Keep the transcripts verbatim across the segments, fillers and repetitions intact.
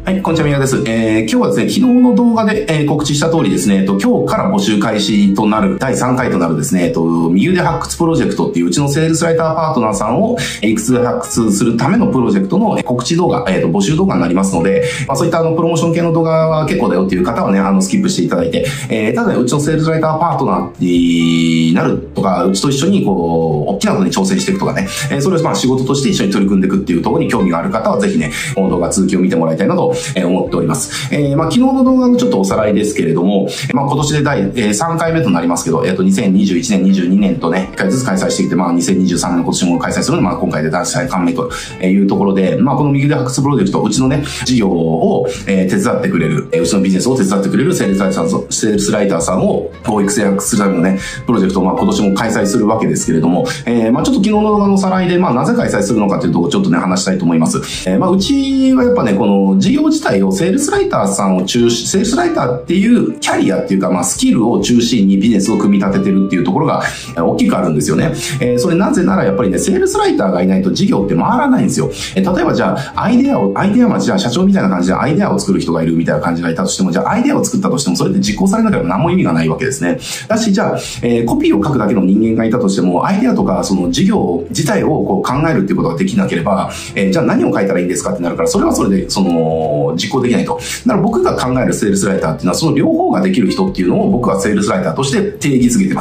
はい、こんにちは、宮です。えー、今日はですね、昨日の動画で、えー、告知した通りですね、えっと、今日から募集開始となる、だいさんかいとなるですね、えっと、右腕発掘プロジェクトっていううちのセールスライターパートナーさんを、育成発掘するためのプロジェクトの告知動画、えっと、募集動画になりますので、まあ、そういったあの、プロモーション系の動画は結構だよっていう方はね、あの、スキップしていただいて、えー、ただね、うちのセールスライターパートナーになるとか、うちと一緒にこう、大きなことに挑戦していくとかね、えー、それをまあ仕事として一緒に取り組んでいくっていうところに興味がある方は、ぜひね、この動画続きを見てもらいたいなと思っております。えー、まあ昨日の動画のちょっとおさらいですけれども、まあ今年で第さんかいめとなりますけど、えっとにせんにじゅういちねん、にじゅうにねんとね、いっかいずつ開催してきて、まあにせんにじゅうさんねんの今年も開催するので、まあ今回でだいさんかいめというところで、まあこの右腕発掘プロジェクト、うちのね、事業を、えー、手伝ってくれる、うちのビジネスを手伝ってくれるセールスライターさん、セールスライターさんを育成するためのね、プロジェクトをまあ今年も開催するわけですけれども、えー、まあちょっと昨日の動画のおさらいで、まあなぜ開催するのかというところをちょっとね、話したいと思います。えー、まあうちはやっぱね、この事業自体をセールスライターさんを中心、セールスライターっていうキャリアっていうか、まあスキルを中心にビジネスを組み立ててるっていうところが大きくあるんですよね。えー、それなぜならやっぱりね、セールスライターがいないと事業って回らないんですよ。えー、例えばじゃあ、アイデアを、アイデアはじゃあ社長みたいな感じでアイデアを作る人がいるみたいな感じがいたとしても、じゃあアイデアを作ったとしてもそれで実行されなければ何も意味がないわけですね。だし、じゃあ、えー、コピーを書くだけの人間がいたとしても、アイデアとかその事業自体をこう考えるっていうことができなければ、えー、じゃあ何を書いたらいいんですかってなるから、それはそれでその実行できないと。だから僕が考えるセールスライターっていうのはその両方ができる人っていうのを僕はセールスライターとして定義づけてます。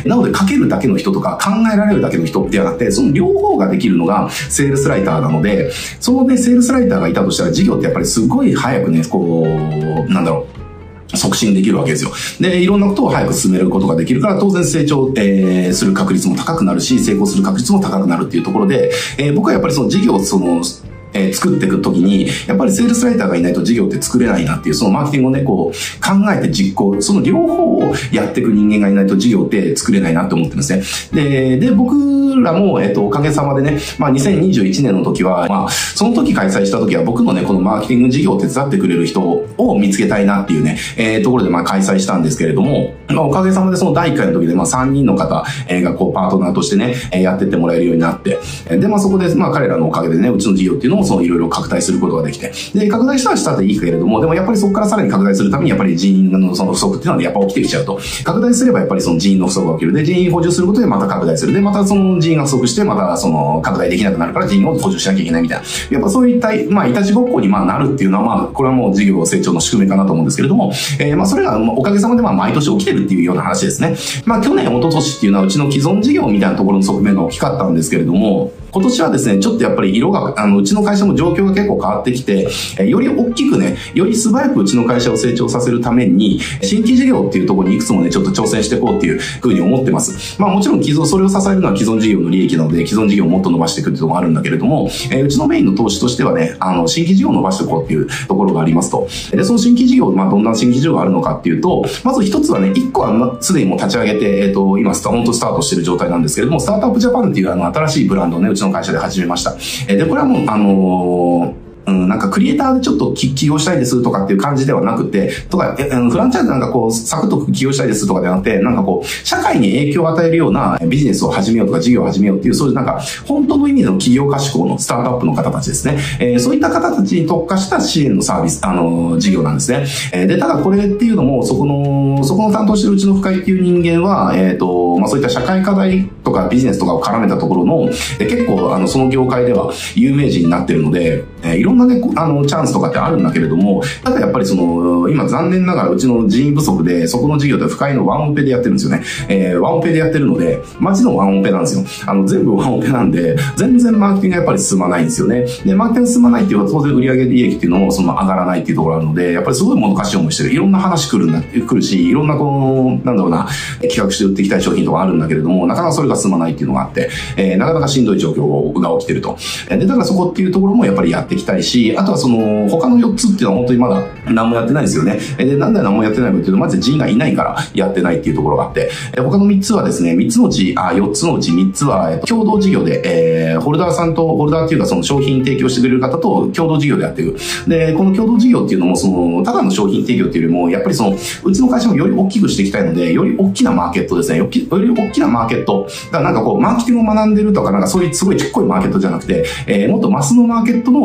なので書けるだけの人とか考えられるだけの人ではなくて、その両方ができるのがセールスライターなので、そのね、セールスライターがいたとしたら事業ってやっぱりすごい早くね、こう、なんだろう、促進できるわけですよ。で、いろんなことを早く進めることができるから、当然成長、えー、する確率も高くなるし、成功する確率も高くなるっていうところで、えー、僕はやっぱりその事業をその、えー、作っていくときに、やっぱりセールスライターがいないと事業って作れないなっていう、そのマーケティングをね、こう、考えて実行、その両方をやっていく人間がいないと事業って作れないなって思ってるんですね。で、で、僕らも、えっと、おかげさまでね、まあ、にせんにじゅういちねんの時は、まあ、その時開催した時は僕のね、このマーケティング事業を手伝ってくれる人を見つけたいなっていうね、えー、ところでまあ開催したんですけれども、まあ、おかげさまでそのだいいっかいの時で、まあ、さんにんの方がこう、パートナーとしてね、やってってもらえるようになって、で、まあ、そこで、まあ、彼らのおかげでね、うちの事業っていうのもそのいろいろ拡大することができて、で、拡大したらしたっていいけれども、でもやっぱりそこからさらに拡大するためにやっぱり人員のその不足っていうのはやっぱ起きてきちゃうと。拡大すればやっぱりその人員の不足が起きる。で、人員補充することでまた拡大する。で、またその人員が不足して、またその拡大できなくなるから人員を補充しなきゃいけないみたいな。やっぱそういった、まあ、いたちごっこにまあなるっていうのはまあ、これはもう事業成長の宿命かなと思うんですけれども、えー、まあ、それがおかげさまでまあ、毎年起きてるっていうような話ですね。まあ、去年、一昨年っていうのはうちの既存事業みたいなところの側面が大きかったんですけれども、今年はですね、ちょっとやっぱり色が、あの、うちの会社も状況が結構変わってきて、より大きくね、より素早くうちの会社を成長させるために、新規事業っていうところにいくつもね、ちょっと挑戦していこうっていうふうに思ってます。まあもちろん既存、それを支えるのは既存事業の利益なので、既存事業をもっと伸ばしていくっていうのもあるんだけれども、えー、うちのメインの投資としてはね、あの、新規事業を伸ばしていこうっていうところがありますと。で、その新規事業、まあどんな新規事業があるのかっていうと、まず一つはね、一個はすでにもう立ち上げて、えっと、今、本当スタートしてる状態なんですけれども、スタートアップジャパンっていうあの、新しいブランドをね、うちの会社で始めました。で、これはもう、あのー、うん、なんかクリエイターでちょっと起業したいですとかっていう感じではなくて、とか、フランチャイズなんかこう、サクッと起業したいですとかではなくて、なんかこう、社会に影響を与えるようなビジネスを始めようとか事業を始めようっていう、そういうなんか、本当の意味での起業家志向のスタートアップの方たちですね。えー、そういった方たちに特化した支援のサービス、あのー、事業なんですね。えー、で、ただこれっていうのも、そこの、そこの担当してるうちの深井っていう人間は、えっと、まあそういった社会課題とかビジネスとかを絡めたところの、え結構、あの、その業界では有名人になってるので、えー、いろんなね、あの、チャンスとかってあるんだけれども、ただやっぱりその、今残念ながらうちの人員不足で、そこの事業で深いのワンオペでやってるんですよね。えー、ワンオペでやってるので、マジのワンオペなんですよ。あの、全部ワンオペなんで、全然マーケティングがやっぱり進まないんですよね。で、マーケティング進まないっていうのは当然売上利益っていうのもその上がらないっていうところがあるので、やっぱりすごいもどかしい思いしてる。いろんな話来るんだ、来るし、いろんなこう、なんだろうな、企画して売っていきたい商品とかあるんだけれども、なかなかそれが進まないっていうのがあって、えー、なかなかしんどい状況が起きてると。で、だからそこっていうところもやっぱりやっていきたいし、あとはその、他のよっつっていうのは本当にまだ何もやってないんですよね。で、なんで何もやってないかっていうと、まず人員がいないからやってないっていうところがあって、他のみっつはですね、みっつのうち、あ、よっつのうちみっつは、えっと、共同事業で、えー、ホルダーさんと、ホルダーっていうかその商品提供してくれる方と共同事業でやっていく。で、この共同事業っていうのも、その、ただの商品提供っていうよりも、やっぱりその、うちの会社もより大きくしていきたいので、より大きなマーケットですね。より大きなマーケット。だからなんかこう、マーケティングを学んでるとか、なんかそういうすごいちっこいマーケットじゃなくて、えー、もっとマスのマーケットの、えっと、商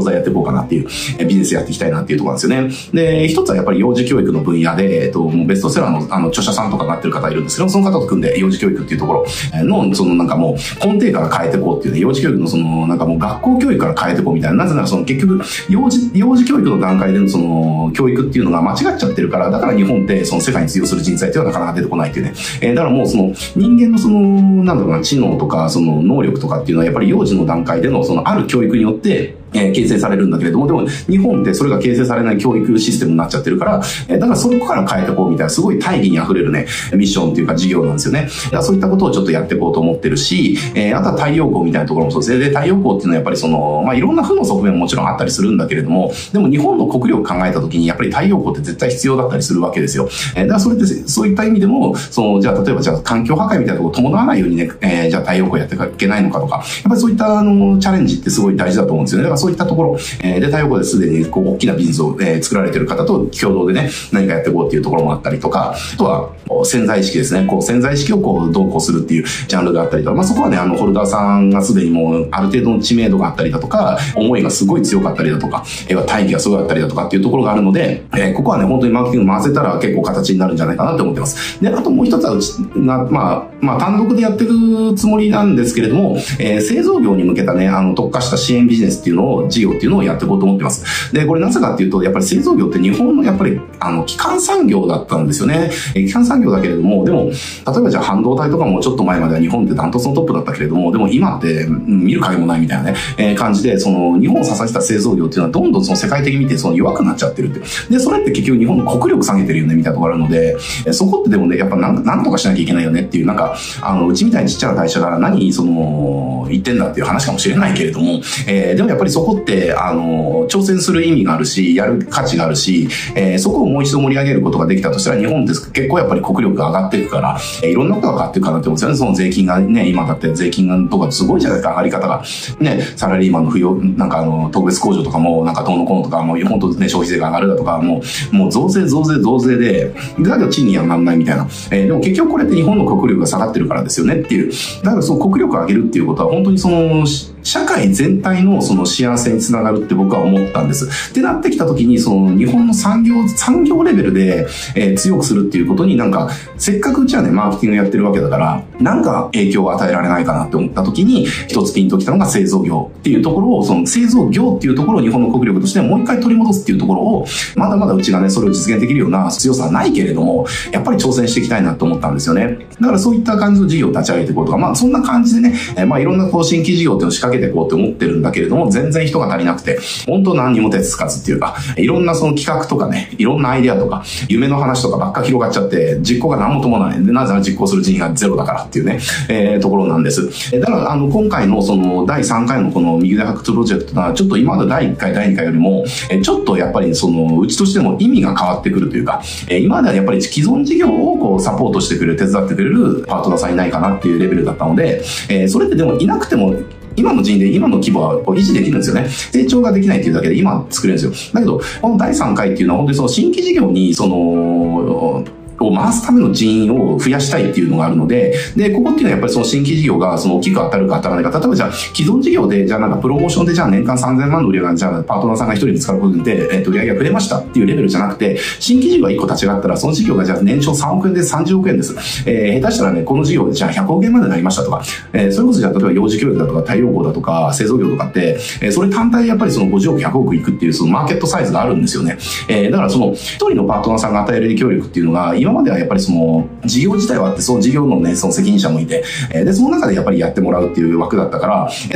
材やっていこうかなっていう、えビジネスやっていきたいなっていうところなんですよね。で、一つはやっぱり幼児教育の分野で、えっと、もうベストセラーのあの著者さんとかになってる方いるんですけど、その方と組んで幼児教育っていうところの、そのなんかもう根底から変えていこうっていうね、幼児教育のそのなんかもう学校教育から変えていこうみたいな、なぜならその結局幼児、幼児教育の段階でのその教育っていうのが間違っちゃってるから、だから日本ってその世界に通用する人材っていうのはなかなか出てこないっていうね。えー、だからもうその人間のその、なんだろうな、知能とかその能力とかっていうのはやっぱり幼児の段階でのそのある教育によって、えー、形成されるんだけれども、でも日本ってそれが形成されない教育システムになっちゃってるから、えー、だからそこから変えていこうみたいなすごい大義に溢れるね、ミッションっていうか事業なんですよね。だからそういったことをちょっとやっていこうと思ってるし、えー、あとは太陽光みたいなところもそうですね。で、太陽光っていうのはやっぱりその、まあ、いろんな負の側面ももちろんあったりするんだけれども、でも日本の国力考えたときにやっぱり太陽光って絶対必要だったりするわけですよ。えー、だからそれってそういった意味でも、その、じゃあ例えばじゃあ環境破壊みたいなところを伴わないようにね、えー、じゃあ太陽光やっていけないのかとか、やっぱりそういったあの、チャレンジってすごい大事だと思うんですよね。だからそういったところ、えー、で、太陽光ですでにこう大きなビジネスを、えー、作られている方と共同でね、何かやっていこうっていうところもあったりとか、あとは潜在意識ですね。こう潜在意識をこうどうこうするっていうジャンルがあったりとか、まあそこはね、あのホルダーさんがすでにもうある程度の知名度があったりだとか、思いがすごい強かったりだとか、えー、大義がすごいあったりだとかっていうところがあるので、えー、ここはね、本当にマーケティング回せたら結構形になるんじゃないかなって思ってます。で、あともう一つはうちが、まあ、まあ単独でやっていくつもりなんですけれども、えー、製造業に向けたね、あの特化した支援ビジネスっていうのを、事業っていうのをやっていこうと思ってます。で、これなぜかっていうと、やっぱり製造業って日本のやっぱり、あの、基幹産業だったんですよね。えー、基幹産業だけれども、でも、例えばじゃあ半導体とかもちょっと前までは日本ってダントツのトップだったけれども、でも今って見る影もないみたいなね、えー、感じで、その日本を支えてた製造業っていうのはどんどんその世界的に見てその弱くなっちゃってるって。で、それって結局日本の国力下げてるよねみたいなところあるので、えー、そこってでもね、やっぱなんなんとかしなきゃいけないよねっていう、なんか、あの、うちみたいにちっちゃな会社が何、その、言ってんだっていう話かもしれないけれども、えー、でもやっぱりそこって、あの、挑戦する意味があるし、やる価値があるし、えー、そこをもう一度盛り上げることができたとしたら、日本って結構やっぱり国力が上がっていくから、えー、いろんなことが変わっていくかなって思うんですよね。その税金がね、今だって税金とかすごいじゃないですか、上がり方が。ね、サラリーマンの扶養、なんかあの、特別控除とかも、なんかどうのこうのとか、もう本当ね、消費税が上がるだとか、もう、もう増税増税増税で、だけど賃金はなんないみたいな。えー、でも結局これって日本の国力が下がってるからですよねっていう。だからその国力を上げるっていうことは、本当にその、社会全体のその幸せにつながるって僕は思ったんです。ってなってきた時に、その日本の産業、産業レベルで、えー、強くするっていうことになんか、せっかくうちはね、マーケティングやってるわけだから、なんか影響を与えられないかなって思った時に、一つピンときたのが製造業っていうところを、その製造業っていうところを日本の国力としてもう一回取り戻すっていうところを、まだまだうちがね、それを実現できるような強さはないけれども、やっぱり挑戦していきたいなと思ったんですよね。だからそういった感じの事業を立ち上げていこうとか、まあそんな感じでね、えー、まあいろんなこう新規事業っていうのを仕掛けていこうって思ってるんだけれども、全然人が足りなくて、本当何にも手つかずっていうか、いろんなその企画とかね、いろんなアイデアとか、夢の話とかばっか広がっちゃって、実行が何も伴わない。で、なぜなら実行する人員がゼロだからっていうね、えー、ところなんです。だから、あの、今回のそのだいさんかいのこの右腕発掘プロジェクトは、ちょっと今までだいいっかい、だいにかいよりも、えちょっとやっぱりその、うちとしても意味が変わってくるというか、え今まではやっぱり既存事業をこうサポートしてくれる、手伝ってくれるパートナーさんいないかなっていうレベルだったので、えー、それってでもいなくても、今の人員で今の規模は維持できるんですよね。成長ができないっていうだけで今作れるんですよ。だけど、このだいさんかいっていうのは本当にその新規事業に、その、を回すための人員を増やしたいっていうのがあるので、で、ここっていうのはやっぱりその新規事業がその大きく当たるか当たらないか、例えばじゃあ既存事業で、じゃあなんかプロモーションでじゃあ年間さんぜんまんの売り上げがじゃあパートナーさんが一人見つかることで、えっと、売り上げが増えましたっていうレベルじゃなくて、新規事業が一個立ち上がったら、その事業がじゃあ年商さんおくえんでさんじゅうおくえんです。えー、下手したらね、この事業でじゃあひゃくおくえんまでになりましたとか、えー、それこそじゃあ例えば幼児教育だとか太陽光だとか製造業とかって、えー、それ単体でやっぱりそのごじゅうおく、ひゃくおくいくっていうそのマーケットサイズがあるんですよね。えー、だからその一人のパートナーさんが与える影響力っていうのが、今まではやっぱりその、事業自体はあって、その事業のね、その責任者もいて、で、その中でやっぱりやってもらうっていう枠だったから、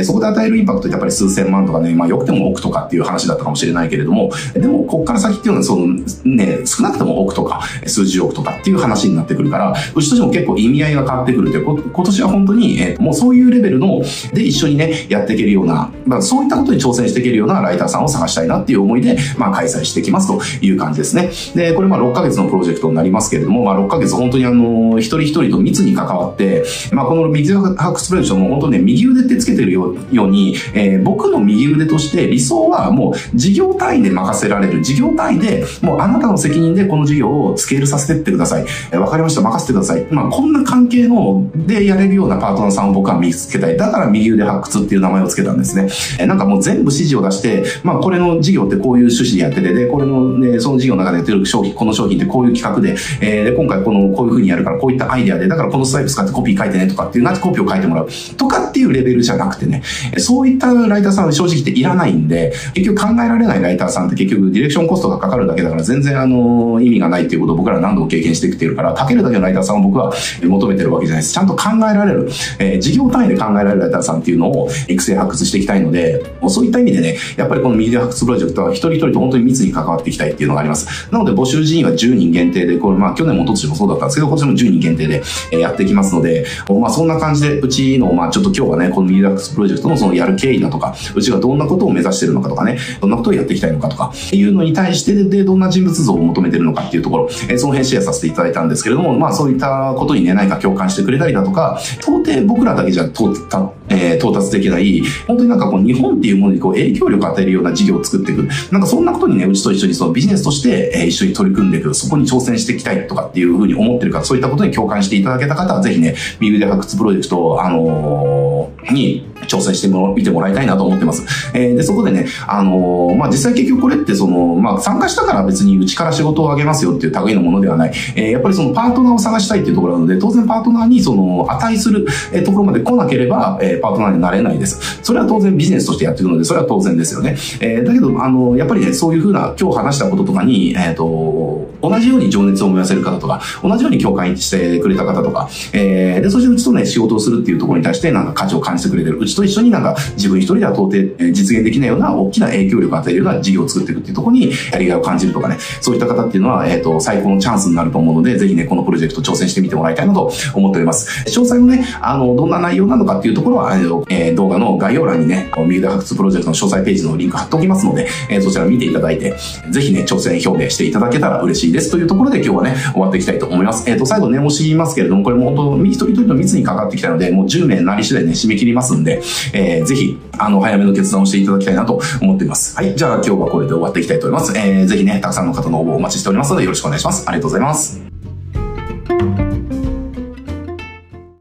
そこで与えるインパクトってやっぱり数千万とかね、まあ良くても億とかっていう話だったかもしれないけれども、でも、こっから先っていうのは、そのね、少なくとも億とか、数十億とかっていう話になってくるから、うちとしても結構意味合いが変わってくるという、今年は本当に、えー、もうそういうレベルの、で一緒にね、やっていけるような、まあそういったことに挑戦していけるようなライターさんを探したいなっていう思いで、まあ開催していきますという感じですね。で、これまあろっかげつのプロジェクトになりますけれども、まあろっかげつ本当にあの、 の、一人一人と密に関わって、まあ、この右腕発掘プロジェクトも本当ね、右腕ってつけてるように、えー、僕の右腕として理想はもう事業単位で任せられる。事業単位で、もうあなたの責任でこの事業をスケールさせてってください。えー、わかりました。任せてください。まあ、こんな関係のでやれるようなパートナーさんを僕は見つけたい。だから右腕発掘っていう名前をつけたんですね。えー、なんかもう全部指示を出して、まあ、これの事業ってこういう趣旨でやってて、で、これのね、その事業の中でやってる商品、この商品ってこういう企画で、えー、で、今回この、こういう風にやるから、こういったアイデアで、だからこのスタイル使ってコピー書いてねとかっていう、なぜコピーを書いてもらうとかっていうレベルじゃなくてね、そういったライターさんは正直言っていらないんで、結局考えられないライターさんって結局ディレクションコストがかかるだけだから全然あの、意味がないっていうことを僕ら何度も経験してきてるから、書けるだけのライターさんを僕は求めてるわけじゃないです。ちゃんと考えられる、えー、事業単位で考えられるライターさんっていうのを育成発掘していきたいので、もうそういった意味でね、やっぱりこの右腕発掘プロジェクトは一人一人と本当に密に関わっていきたいっていうのがあります。なので募集人員はじゅうにん限定で、これまあ去年も一昨年もそうだったんですけど、今年もじゅうにん限定でやっていきますので、まあそんな感じでうちの、まあちょっと今日はね、この右腕発掘プロジェクトのそのやる経緯だとか、うちがどんなことを目指してるのかとかね、どんなことをやっていきたいのかとか、いうのに対してで、どんな人物像を求めてるのかっていうところ、その辺シェアさせていただいたんですけれども、まあそういったことにね、何か共感してくれたりだとか、到底僕らだけじゃ到達、えー、到達できない、本当になんかこう日本っていうものにこう影響力を与えるような事業を作っていく。なんかそんなことにね、うちと一緒にそのビジネスとして、えー、一緒に取り組んでいく、そこに挑戦していきたいとかっていうふうに思ってる方、そういったことに共感していただけた方は、ぜひね、右腕発掘プロジェクトを、あのー、に挑戦しても、見てもらいたいなと思ってます。えー、で、そこでね、あのー、まあ、実際結局これってその、まあ、参加したから別にうちから仕事をあげますよっていう類のものではない。えー、やっぱりそのパートナーを探したいっていうところなので、当然パートナーにその、値するところまで来なければ、えー、パートナーになれないです。それは当然ビジネスとしてやっていくので、それは当然ですよね。えー、だけど、あの、やっぱりね、そういうふうな今日話したこととかに、えっと、同じように情熱を燃やせる方とか、同じように共感してくれた方とか、えー、で、そしてうちとね、仕事をするっていうところに対してなんか価値を感じてくれてる。うちと一緒になんか自分一人では到底実現できないような大きな影響力を与えるような事業を作っていくっていうところにやりがいを感じるとかね、そういった方っていうのは、えっと、最高のチャンスになると思うので、ぜひね、このプロジェクト挑戦してみてもらいたいなと思っております。詳細のね、あの、どんな内容なのかっていうところは、えー、動画の概要欄にね、右腕発掘プロジェクトの詳細ページのリンク貼っておきますので、えー、そちら見ていただいて、ぜひね、挑戦表明していただけたら嬉しいですというところで今日はね、終わっていきたいと思います。えっと、最後念押し言いますけれども、これも本当、一人一人の密にかかってきたので、もうじゅうめいなり次第ね、締め切りますんで、えー、ぜひ、あの、早めの決断をしていただきたいなと思っています。はい。じゃあ今日はこれで終わっていきたいと思います。えー、ぜひね、たくさんの方の応募をお待ちしておりますので、よろしくお願いします。ありがとうございます。